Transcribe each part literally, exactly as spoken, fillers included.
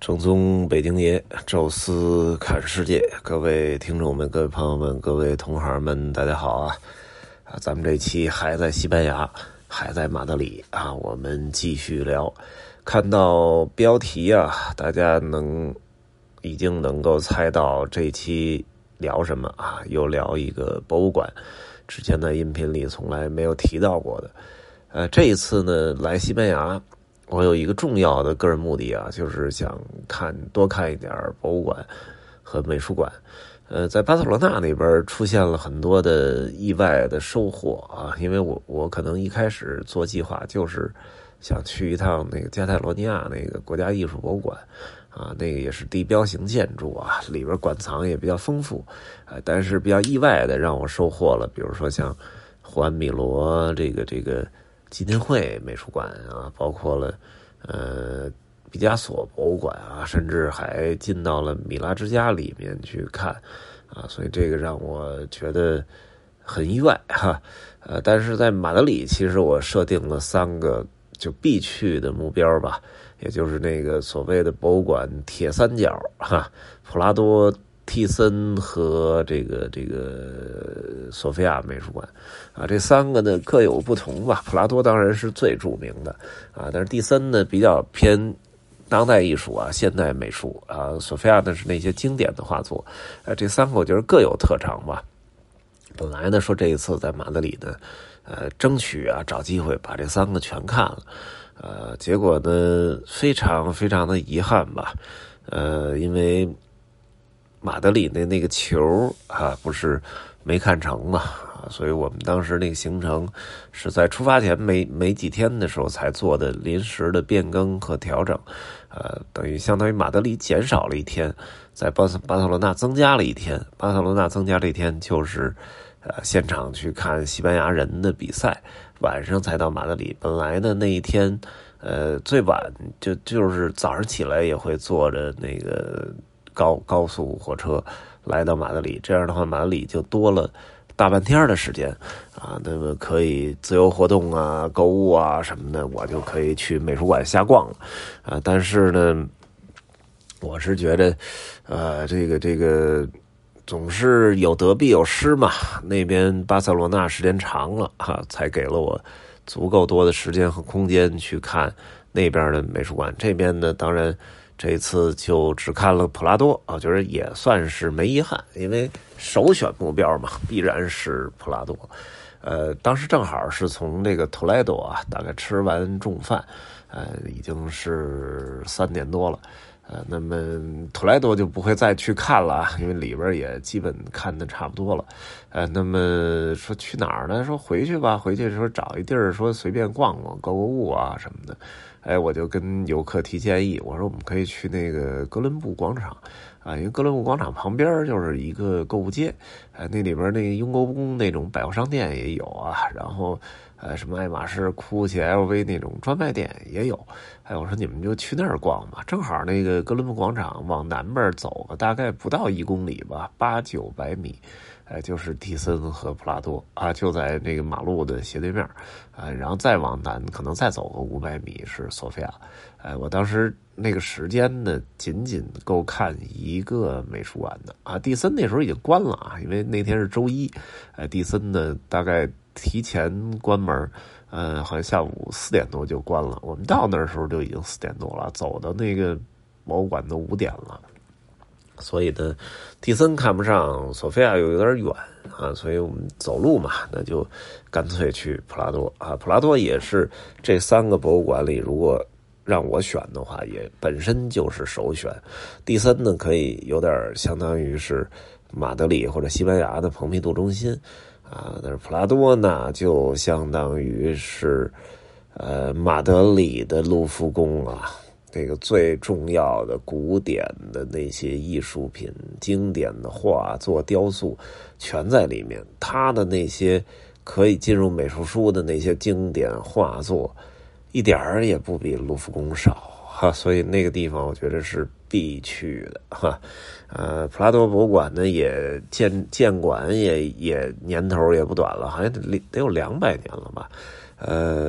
正宗北京爷，宙斯看世界，各位听众们、各位朋友们、各位同行们，大家好啊！啊，咱们这期还在西班牙，还在马德里啊，我们继续聊。看到标题啊，大家能已经能够猜到这期聊什么啊？又聊一个博物馆，之前在音频里从来没有提到过的。呃，这一次呢，来西班牙。我有一个重要的个人目的啊，就是想看多看一点博物馆和美术馆。呃，在巴塞罗那那边出现了很多的意外的收获啊，因为我我可能一开始做计划就是想去一趟那个加泰罗尼亚那个国家艺术博物馆啊，那个也是地标型建筑啊，里边馆藏也比较丰富，呃，但是比较意外的让我收获了，比如说像胡安米罗这个这个。基金会美术馆啊，包括了呃毕加索博物馆啊，甚至还进到了米拉之家里面去看啊，所以这个让我觉得很意外哈。呃，但是在马德里，其实我设定了三个就必去的目标吧，也就是那个所谓的博物馆铁三角哈，普拉多。蒂森和这个这个索菲亚美术馆啊，这三个呢各有不同吧。普拉多当然是最著名的啊，但是蒂森呢比较偏当代艺术啊、现代美术啊，索菲亚呢是那些经典的画作。呃，这三个我觉得各有特长吧。本来呢说这一次在马德里呢，呃，争取啊找机会把这三个全看了，呃，结果呢非常非常的遗憾吧，呃，因为。马德里的那个球啊，不是没看成嘛啊，所以我们当时那个行程是在出发前没没几天的时候才做的临时的变更和调整，呃，等于相当于马德里减少了一天，在巴塞巴塞罗那增加了一天，巴塞罗那增加这一天就是呃现场去看西班牙人的比赛，晚上才到马德里。本来的那一天，呃，最晚就就是早上起来也会坐着那个。高高速火车来到马德里，这样的话马德里就多了大半天的时间啊，那么可以自由活动啊、购物啊什么的，我就可以去美术馆瞎逛了啊。但是呢，我是觉得，呃，这个这个总是有得必有失嘛。那边巴塞罗那时间长了哈、啊，才给了我足够多的时间和空间去看那边的美术馆。这边呢，当然。这一次就只看了普拉多啊，觉得也算是没遗憾，因为首选目标嘛，必然是普拉多。呃，当时正好是从这个托莱多啊，大概吃完中饭，呃，已经是三点多了。呃，那么托莱多就不会再去看了，因为里边也基本看的差不多了。呃，那么说去哪儿呢？说回去吧，回去说找一地儿，说随便逛逛、购购物啊什么的。哎，我就跟游客提建议，我说我们可以去那个哥伦布广场啊，因为哥伦布广场旁边就是一个购物街，呃，那里边那个雍国宫那种百货商店也有啊，然后呃什么爱马仕、GUCCI、L V 那种专卖店也有。哎，我说你们就去那儿逛吧，正好那个哥伦布广场往南边走个大概不到一公里吧，八九百米。哎，就是蒂森和普拉多啊，就在那个马路的斜对面啊，然后再往南，可能再走个五百米是索菲亚。哎，我当时那个时间呢，仅仅够看一个美术馆的啊。蒂森那时候已经关了啊，因为那天是周一。哎，蒂森呢大概提前关门，呃，好像下午四点多就关了。我们到那儿的时候就已经四点多了，走到那个博物馆都五点了。所以呢，蒂森看不上，索菲亚又有点远啊，所以我们走路嘛，那就干脆去普拉多啊。普拉多也是这三个博物馆里，如果让我选的话，也本身就是首选。蒂森呢，可以有点相当于是马德里或者西班牙的蓬皮杜中心啊，但是普拉多呢，就相当于是呃马德里的卢浮宫啊。这个最重要的古典的那些艺术品、经典的画作、雕塑，全在里面。他的那些可以进入美术书的那些经典画作，一点儿也不比卢浮宫少哈。所以那个地方我觉得是必去的哈。呃，普拉多博物馆呢也建建馆也也年头也不短了，好像得得有两百年了吧。呃。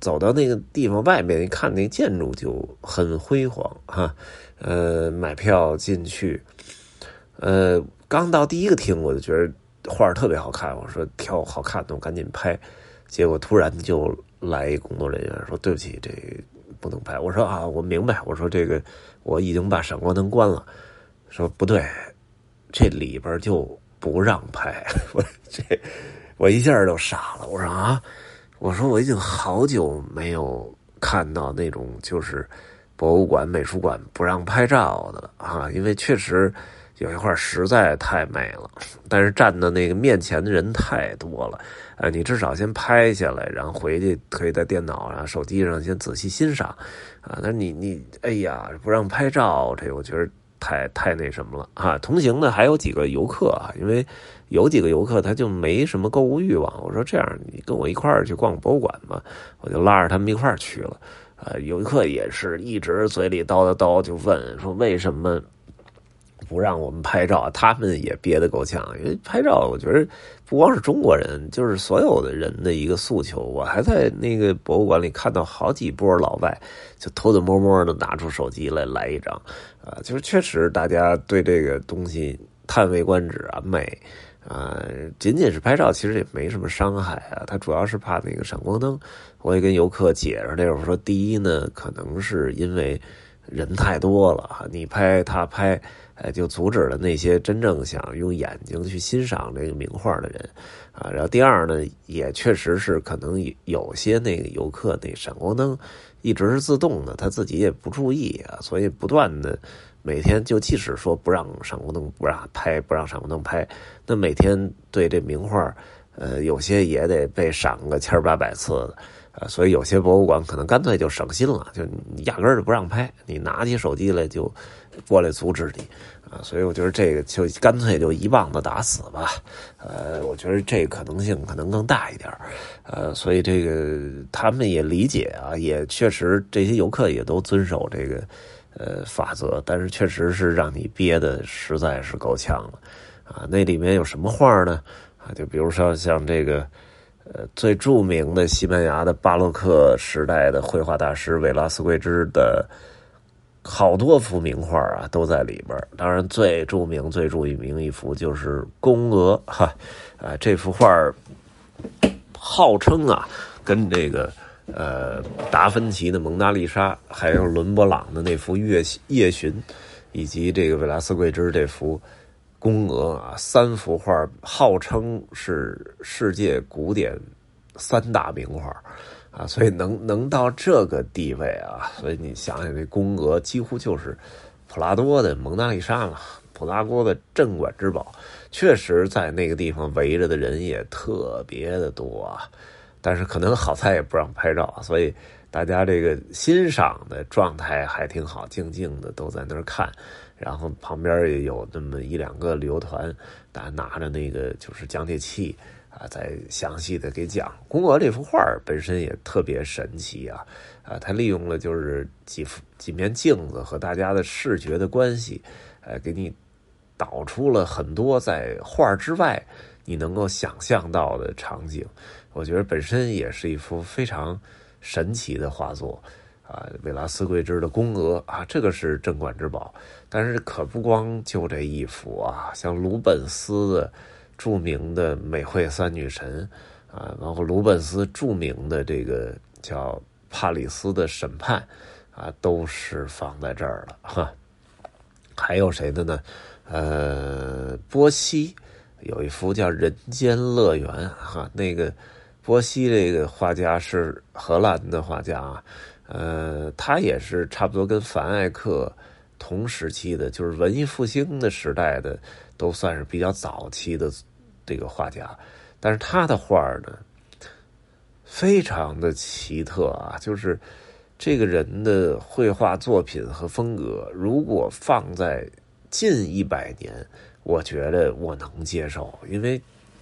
走到那个地方外面，一看那建筑就很辉煌哈。呃，买票进去，呃，刚到第一个厅我就觉得画特别好看，我说挑好看的我赶紧拍，结果突然就来一工作人员说对不起，这不能拍。我说啊，我明白，我说这个我已经把闪光灯关了。说不对，这里边就不让拍。我这我一下就傻了，我说啊，我说我已经好久没有看到那种就是博物馆美术馆不让拍照的了啊，因为确实有些画实在太美了，但是站到那个面前的人太多了，呃，你至少先拍下来，然后回去可以在电脑上、手机上先仔细欣赏啊。但是你你哎呀，不让拍照，这我觉得太太那什么了啊！同行的还有几个游客啊，因为有几个游客他就没什么购物欲望，我说这样你跟我一块儿去逛博物馆吧，我就拉着他们一块儿去了。呃，游客也是一直嘴里叨叨叨就问说为什么不让我们拍照，他们也憋得够呛，因为拍照我觉得不光是中国人，就是所有的人的一个诉求。我还在那个博物馆里看到好几波老外就偷偷摸摸的拿出手机来来一张，啊、呃，就是确实大家对这个东西叹为观止啊，美啊、呃，仅仅是拍照其实也没什么伤害啊，它主要是怕那个闪光灯。我也跟游客解释这，我说第一呢，可能是因为人太多了啊，你拍他拍。哎，就阻止了那些真正想用眼睛去欣赏这个名画的人，啊，然后第二呢，也确实是可能有些那个游客那闪光灯一直是自动的，他自己也不注意啊，所以不断的每天就即使说不让闪光灯不让拍，不让闪光灯拍，那每天对这名画，呃，有些也得被闪个千八百次的。啊，所以有些博物馆可能干脆就省心了，就你压根儿就不让拍，你拿起手机来就过来阻止你啊，所以我觉得这个就干脆就一棒子打死吧，呃，我觉得这个可能性可能更大一点，呃，所以这个他们也理解啊，也确实这些游客也都遵守这个呃法则，但是确实是让你憋的实在是够呛了啊。那里面有什么画呢？啊，就比如说像这个。呃，最著名的西班牙的巴洛克时代的绘画大师维拉斯圭兹的好多幅名画啊，都在里边。当然，最著名、最著名一幅就是《宫娥》哈，啊，这幅画号称啊，跟这个呃达芬奇的《蒙娜丽莎》，还有伦勃朗的那幅《月夜巡》，以及这个维拉斯圭兹这幅。宫娥啊，三幅画号称是世界古典三大名画啊，所以能能到这个地位啊，所以你想想，这宫娥几乎就是普拉多的蒙娜丽莎了，普拉多的镇馆之宝。确实，在那个地方围着的人也特别的多啊，但是可能好在也不让拍照，所以大家这个欣赏的状态还挺好，静静的都在那儿看。然后旁边也有那么一两个旅游团，大家拿着那个就是讲解器啊，在详细的给讲。宫娥这幅画本身也特别神奇啊，啊，它利用了就是几幅几面镜子和大家的视觉的关系，呃，给你导出了很多在画之外你能够想象到的场景。我觉得本身也是一幅非常神奇的画作。啊，维拉斯圭兹的宫娥啊，这个是镇馆之宝，但是可不光就这一幅啊，像鲁本斯的著名的美惠三女神啊，包括鲁本斯著名的这个叫帕里斯的审判啊，都是放在这儿了哈。还有谁的呢？呃，波西有一幅叫《人间乐园》哈，那个波西这个画家是荷兰的画家啊。呃，他也是差不多跟凡艾克同时期的，就是文艺复兴的时代的，都算是比较早期的这个画家。但是他的画呢，非常的奇特啊，就是这个人的绘画作品和风格，如果放在近一百年，我觉得我能接受，因为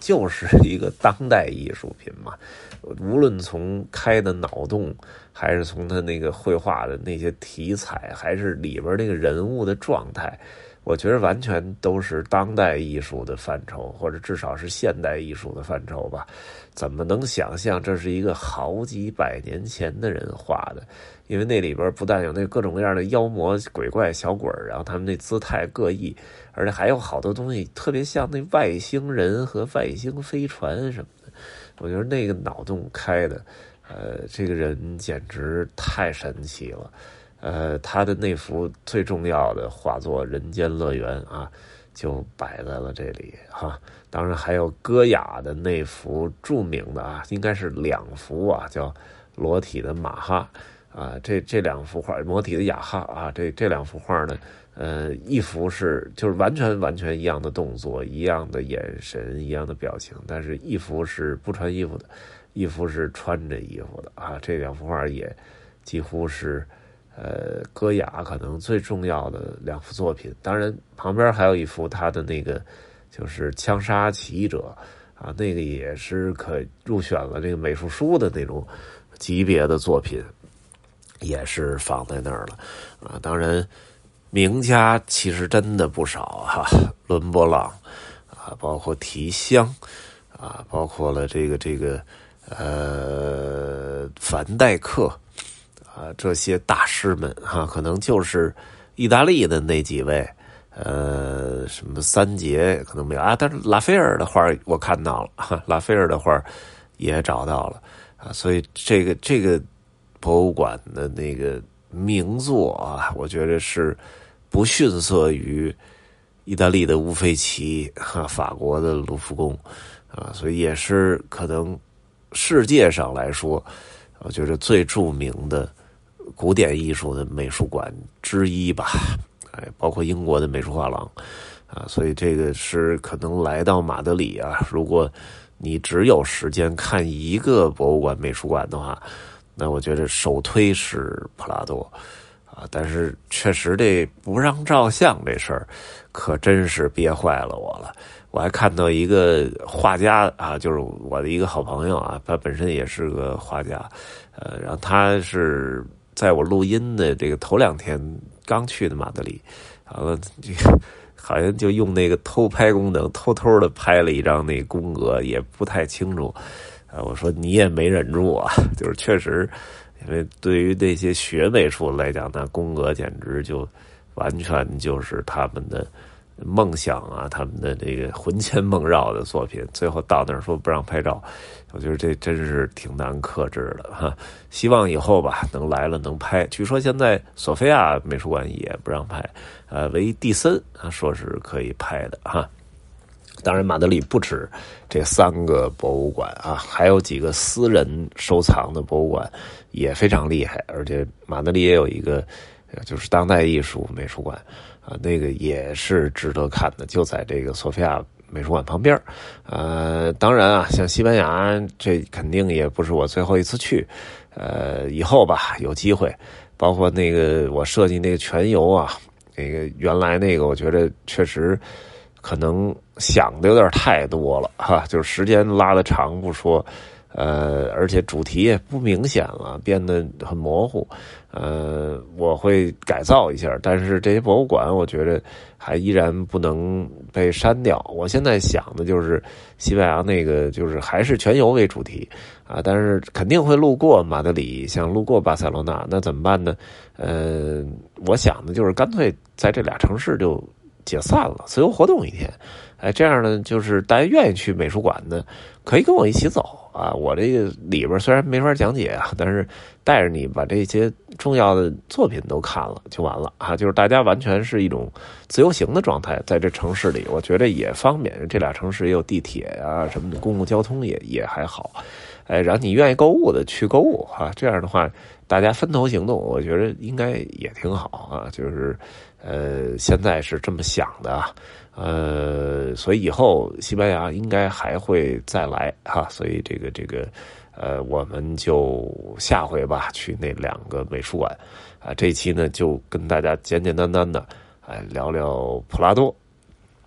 就是一个当代艺术品嘛。无论从开的脑洞，还是从他那个绘画的那些题材，还是里边那个人物的状态，我觉得完全都是当代艺术的范畴，或者至少是现代艺术的范畴吧。怎么能想象这是一个好几百年前的人画的？因为那里边不但有那各种各样的妖魔鬼怪小鬼，然后他们那姿态各异，而且还有好多东西特别像那外星人和外星飞船什么的。我觉得那个脑洞开的，呃，这个人简直太神奇了。呃，他的那幅最重要的画作《人间乐园》啊，就摆在了这里哈。当然还有戈雅的那幅著名的啊，应该是两幅啊，叫《裸体的马哈》啊。这这两幅画，《裸体的雅哈》啊，这这两幅画呢，呃，一幅是就是完全完全一样的动作，一样的眼神，一样的表情，但是一幅是不穿衣服的，一幅是穿着衣服的啊。这两幅画也几乎是。呃，戈雅可能最重要的两幅作品，当然旁边还有一幅他的那个就是枪杀起义者啊，那个也是可入选了这个美术书的那种级别的作品，也是放在那儿了啊。当然，名家其实真的不少哈、啊，伦勃朗啊，包括提香啊，包括了这个这个呃凡戴克。啊，这些大师们哈、啊，可能就是意大利的那几位，呃，什么三杰可能没有啊，但是拉斐尔的画我看到了，哈，拉斐尔的画也找到了啊，所以这个这个博物馆的那个名作啊，我觉得是不逊色于意大利的乌菲齐哈、啊，法国的卢浮宫啊，所以也是可能世界上来说，我觉得最著名的。古典艺术的美术馆之一吧，哎，包括英国的美术画廊啊，所以这个是可能来到马德里啊，如果你只有时间看一个博物馆美术馆的话，那我觉得首推是普拉多啊，但是确实这不让照相这事儿，可真是憋坏了我了。我还看到一个画家啊，就是我的一个好朋友啊，他本身也是个画家，呃，然后他是。在我录音的这个头两天刚去的马德里，完了这个好像就用那个偷拍功能偷偷的拍了一张那宫娥，也不太清楚啊。我说你也没忍住啊，就是确实，因为对于那些学美术来讲，那宫娥简直就完全就是他们的梦想啊，他们的这个魂牵梦绕的作品，最后到那儿说不让拍照。我觉得这真是挺难克制的哈，希望以后吧能来了能拍。据说现在索菲亚美术馆也不让拍，呃，唯一蒂森啊说是可以拍的哈。当然，马德里不止这三个博物馆啊，还有几个私人收藏的博物馆也非常厉害，而且马德里也有一个就是当代艺术美术馆啊，那个也是值得看的，就在这个索菲亚。美术馆旁边，呃，当然啊，像西班牙，这肯定也不是我最后一次去，呃，以后吧，有机会，包括那个我设计那个全游啊，那个原来那个，我觉得确实可能想的有点太多了哈，就是时间拉得长不说，呃，而且主题也不明显了，变得很模糊。呃，我会改造一下，但是这些博物馆，我觉得还依然不能被删掉。我现在想的就是西班牙那个，就是还是全游为主题啊，但是肯定会路过马德里，像路过巴塞罗那，那怎么办呢？呃，我想的就是干脆在这俩城市就解散了，自由活动一天。哎，这样呢，就是大家愿意去美术馆的，可以跟我一起走啊。我这个里边虽然没法讲解啊，但是带着你把这些重要的作品都看了就完了啊。就是大家完全是一种自由行的状态，在这城市里，我觉得也方便。这俩城市也有地铁啊什么的，公共交通也也还好。哎，然后你愿意购物的去购物啊，这样的话大家分头行动，我觉得应该也挺好啊。就是呃，现在是这么想的啊。呃，所以以后西班牙应该还会再来哈，所以这个这个，呃，我们就下回吧去那两个美术馆啊。这一期呢就跟大家简简单单的哎聊聊普拉多。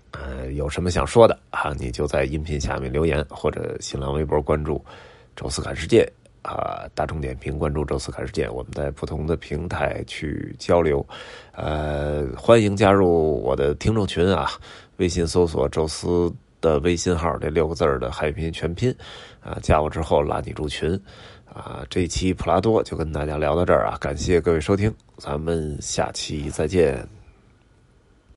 呃，有什么想说的啊，你就在音频下面留言，或者新浪微博关注宙斯看世界啊，大众点评关注宙斯看世界，我们在不同的平台去交流。呃，欢迎加入我的听众群啊，微信搜索宙斯的微信号这六个字的汉语拼音全拼啊，加我之后拉你入群啊。这一期普拉多就跟大家聊到这儿啊，感谢各位收听，咱们下期再见。